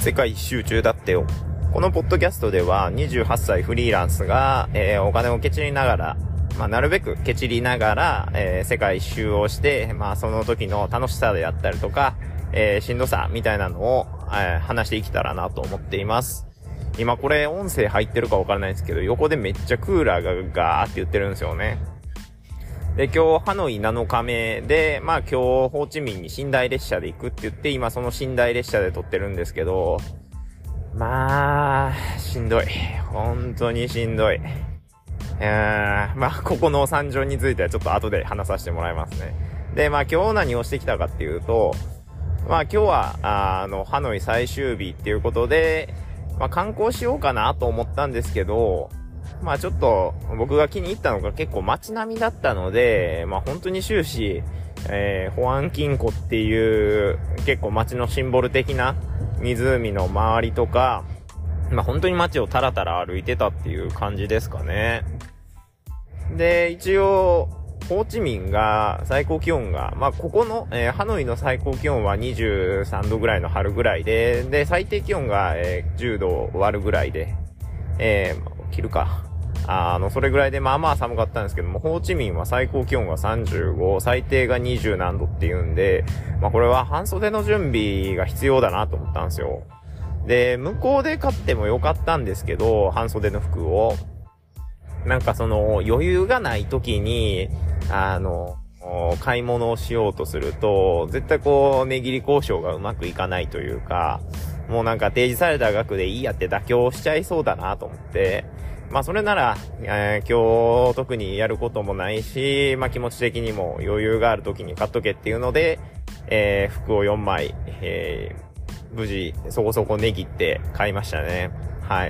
世界一周中だってよ。このポッドキャストでは28歳フリーランスが、お金をケチりながら、なるべくケチりながら、世界一周をして、その時の楽しさであったりとか、しんどさみたいなのを、話していけたらなと思っています。今これ音声入ってるかわからないんですけど、横でめっちゃクーラーがガーって言ってるんですよね。で、今日ハノイ7日目で、今日ホーチミンに寝台列車で行くって言って、今その寝台列車で撮ってるんですけど、しんどい。本当にしんどい。ここの惨状についてはちょっと後で話させてもらいますね。で、今日何をしてきたかっていうと、今日は、ハノイ最終日っていうことで、観光しようかなと思ったんですけど、ちょっと僕が気に入ったのが結構街並みだったので、本当に終始、ホアンキン湖っていう結構街のシンボル的な湖の周りとか、本当に街をタラタラ歩いてたっていう感じですかね。で、一応、ホーチミンが最高気温が、ここの、ハノイの最高気温は23度ぐらいの春ぐらいで、最低気温が、10度を割るぐらいで、切るか。それぐらいで寒かったんですけども、ホーチミンは最高気温が35、最低が20何度っていうんで、これは半袖の準備が必要だなと思ったんですよ。で、向こうで買ってもよかったんですけど、半袖の服を。余裕がない時に、買い物をしようとすると、絶対値切り交渉がうまくいかないというか、もう提示された額でいいやって妥協しちゃいそうだなと思って、それなら、今日特にやることもないし、気持ち的にも余裕がある時に買っとけっていうので、服を4枚、無事、そこそこ値切って買いましたね。はい。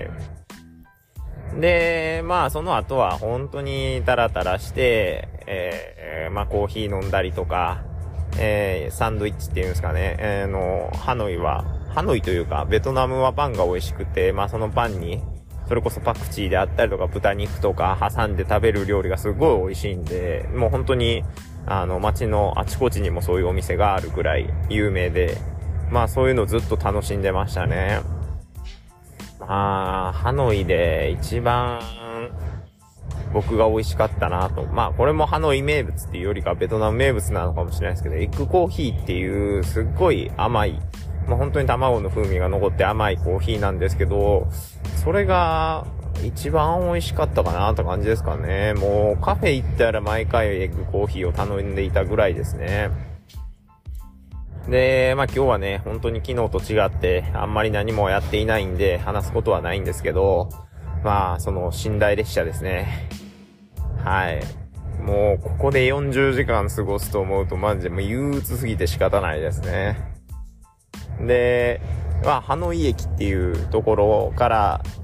で、その後は本当にタラタラして、コーヒー飲んだりとか、サンドイッチっていうんですかね、ハノイというか、ベトナムはパンが美味しくて、そのパンに、それこそパクチーであったりとか豚肉とか挟んで食べる料理がすごい美味しいんで、もう本当に街のあちこちにもそういうお店があるくらい有名で、そういうのずっと楽しんでましたね。ハノイで一番僕が美味しかったなと。これもハノイ名物っていうよりかベトナム名物なのかもしれないですけど、エッグコーヒーっていうすっごい甘い、本当に卵の風味が残って甘いコーヒーなんですけど、それが一番美味しかったかなって感じですかね。もうカフェ行ったら毎回エッグコーヒーを頼んでいたぐらいですね。で、今日はね、本当に昨日と違ってあんまり何もやっていないんで話すことはないんですけど、その寝台列車ですね。はい。もうここで40時間過ごすと思うとマジでもう憂鬱すぎて仕方ないですね。で、ハノイ駅っていうところから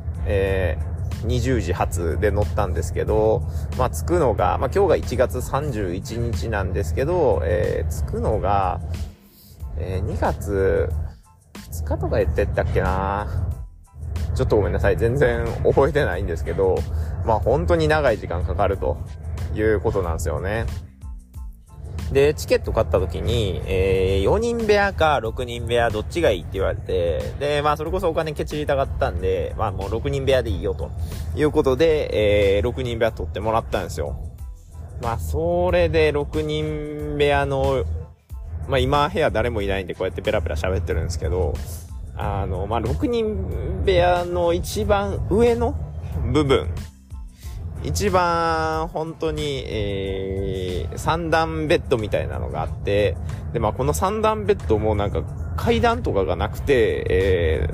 、20時発で乗ったんですけど、着くのが、今日が1月31日なんですけど、着くのが、2月2日とか言ってったっけな。ちょっとごめんなさい。全然覚えてないんですけど、本当に長い時間かかるということなんですよね。で、チケット買った時に、4人部屋か6人部屋どっちがいいって言われて、で、それこそお金ケチりたかったんで、もう6人部屋でいいよということで、6人部屋取ってもらったんですよ。それで6人部屋の、今部屋誰もいないんでこうやってペラペラ喋ってるんですけど、6人部屋の一番上の部分、一番本当に、3段ベッドみたいなのがあって、でこの3段ベッドも階段とかがなくて、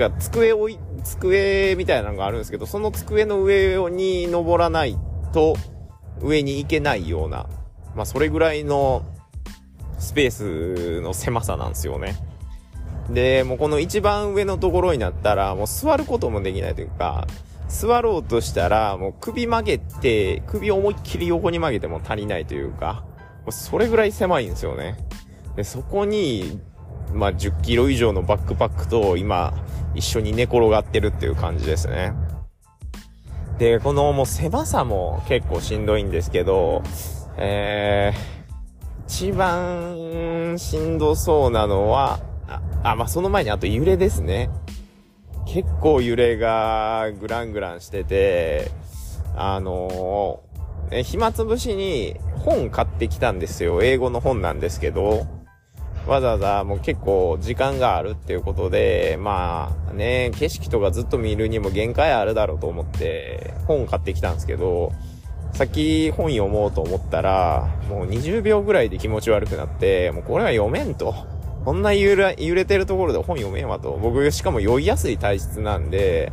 机みたいなのがあるんですけど、その机の上に登らないと上に行けないような、それぐらいのスペースの狭さなんですよね。で、もうこの一番上のところになったらもう座ることもできないというか、座ろうとしたらもう首曲げて、首を思いっきり横に曲げても足りないというか、それぐらい狭いんですよね。で、そこに10キロ以上のバックパックと今一緒に寝転がってるっていう感じですね。で、このもう狭さも結構しんどいんですけど、一番しんどそうなのは、 まあ、その前にあと揺れですね。結構揺れがグラングランしてて、暇つぶしに本買ってきたんですよ。英語の本なんですけど、わざわざもう結構時間があるっていうことで、まあね、景色とかずっと見るにも限界あるだろうと思って本買ってきたんですけど、さっき本読もうと思ったら、もう20秒ぐらいで気持ち悪くなって、もうこれは読めんと。こんな揺れてるところで本読めんわと。僕しかも酔いやすい体質なんで、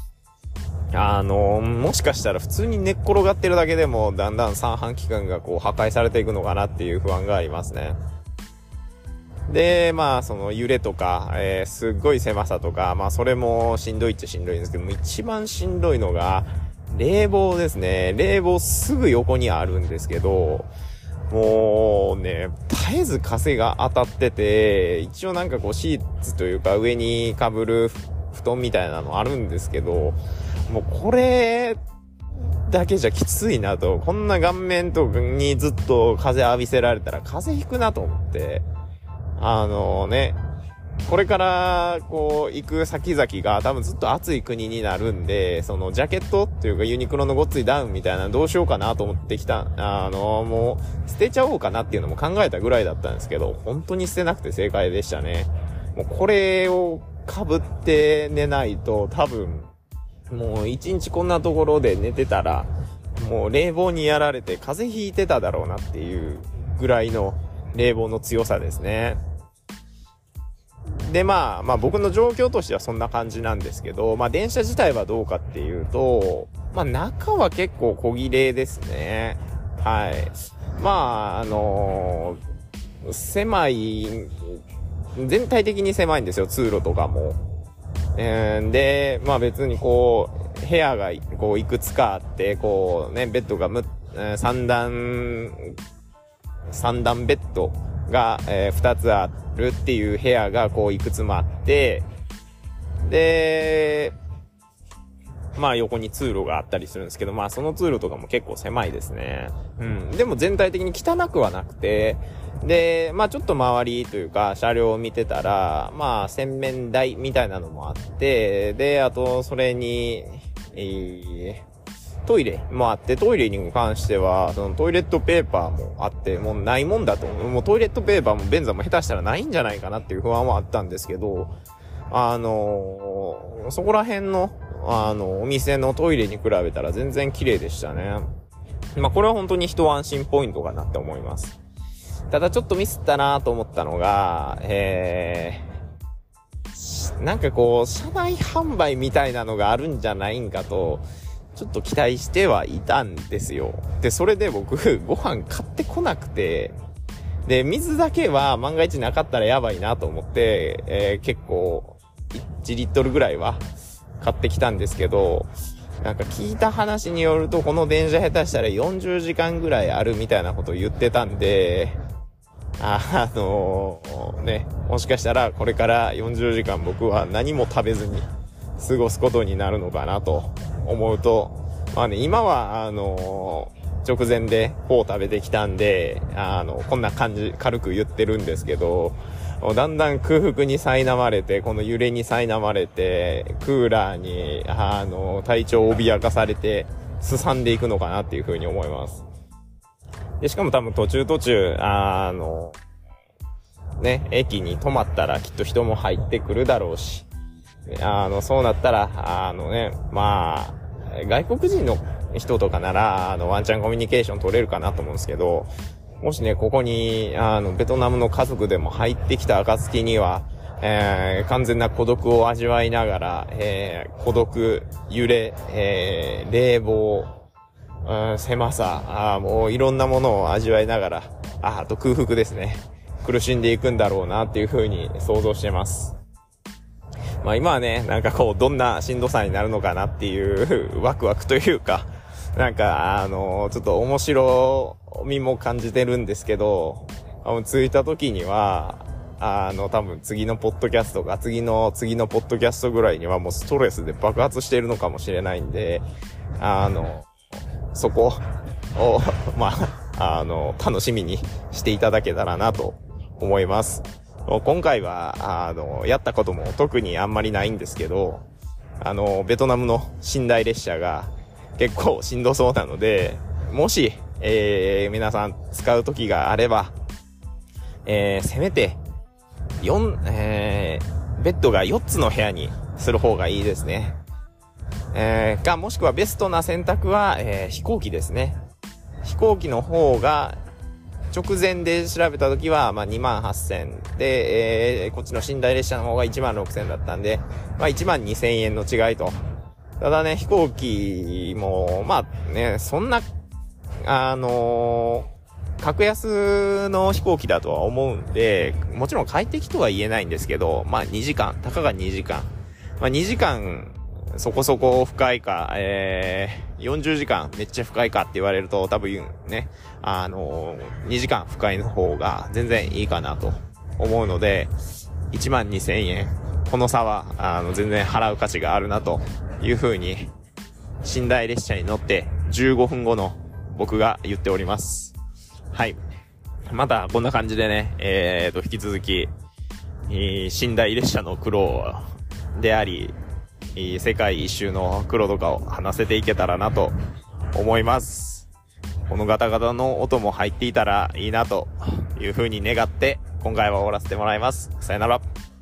もしかしたら普通に寝っ転がってるだけでもだんだん三半規管がこう破壊されていくのかなっていう不安がありますね。で、まあその揺れとか、すっごい狭さとか、まあそれもしんどいっちゃしんどいんですけども、一番しんどいのが冷房ですね。冷房すぐ横にあるんですけど、もうね、絶えず風が当たってて、一応なんかこうシーツというか上に被る布団みたいなのあるんですけど、もうこれだけじゃきついなと。こんな顔面とかにずっと風浴びせられたら風邪ひくなと思って、これからこう行く先々が多分ずっと暑い国になるんで、そのジャケットっていうかユニクロのごっついダウンみたいなのどうしようかなと思ってきた。もう捨てちゃおうかなっていうのも考えたぐらいだったんですけど、本当に捨てなくて正解でしたね。もうこれを被って寝ないと多分もう一日こんなところで寝てたらもう冷房にやられて風邪ひいてただろうなっていうぐらいの冷房の強さですね。で、まあ僕の状況としてはそんな感じなんですけど、まあ電車自体はどうかっていうと、まあ中は結構小切れですね。はい。まあ狭い、全体的に狭いんですよ、通路とかも。で、まあ別にこう、部屋がこういくつかあって、こうね、ベッドが3段ベッドが、2つあるっていう部屋がこういくつもあって、で、まあ横に通路があったりするんですけど、まあその通路とかも結構狭いですね。でも全体的に汚くはなくて、で、まあちょっと周りというか車両を見てたら、まあ洗面台みたいなのもあって、で、あとそれに、トイレもあって、トイレに関しては、そのトイレットペーパーもあって、もうないもんだと思う。もうトイレットペーパーも便座も下手したらないんじゃないかなっていう不安はあったんですけど、そこら辺の、お店のトイレに比べたら全然綺麗でしたね。まあ、これは本当に一安心ポイントかなって思います。ただちょっとミスったなと思ったのが、なんかこう、車内販売みたいなのがあるんじゃないんかと、ちょっと期待してはいたんですよ。で、それで僕、ご飯買ってこなくて、で、水だけは万が一なかったらやばいなと思って、結構、1リットルぐらいは買ってきたんですけど、なんか聞いた話によると、この電車下手したら40時間ぐらいあるみたいなことを言ってたんで、もしかしたらこれから40時間僕は何も食べずに過ごすことになるのかなと思うと、まあね、今は直前でフォー食べてきたんで、こんな感じ軽く言ってるんですけど、だんだん空腹に苛まれて、この揺れに苛まれて、クーラーに体調を脅かされてすさんでいくのかなっていう風に思います。で、しかも多分途中駅に止まったらきっと人も入ってくるだろうし、そうなったら、まあ、外国人の人とかなら、ワンチャンコミュニケーション取れるかなと思うんですけど、もしね、ここに、ベトナムの家族でも入ってきた暁には、完全な孤独を味わいながら、孤独、揺れ、冷房、狭さ、もういろんなものを味わいながら、あと空腹ですね。苦しんでいくんだろうなっていう風に想像してます。まあ今はね、なんかこう、どんなしんどさになるのかなっていうワクワクというか、なんかちょっと面白みも感じてるんですけど、着いた時には、多分次のポッドキャストか、次のポッドキャストぐらいにはもうストレスで爆発しているのかもしれないんで、そこを、まあ、楽しみにしていただけたらなと思います。 今回は、やったことも特にあんまりないんですけど、ベトナムの寝台列車が結構しんどそうなので、もし、皆さん使う時があれば、せめて、ベッドが4つの部屋にする方がいいですね。もしくはベストな選択は、飛行機ですね。飛行機の方が、直前で調べた時は、28,000で、こっちの寝台列車の方が16,000だったんで、12,000円の違いと。ただね、飛行機も、そんな、格安の飛行機だとは思うんで、もちろん快適とは言えないんですけど、2時間、たかが2時間。2時間、そこそこ深いか、40時間めっちゃ深いかって言われると多分ね、2時間深いの方が全然いいかなと思うので、12,000円。この差は、全然払う価値があるなという風に、寝台列車に乗って15分後の僕が言っております。はい。またこんな感じでね、引き続き、寝台列車の苦労であり、世界一周の苦労とかを話せていけたらなと思います。このガタガタの音も入っていたらいいなという風に願って、今回は終わらせてもらいます。さよなら。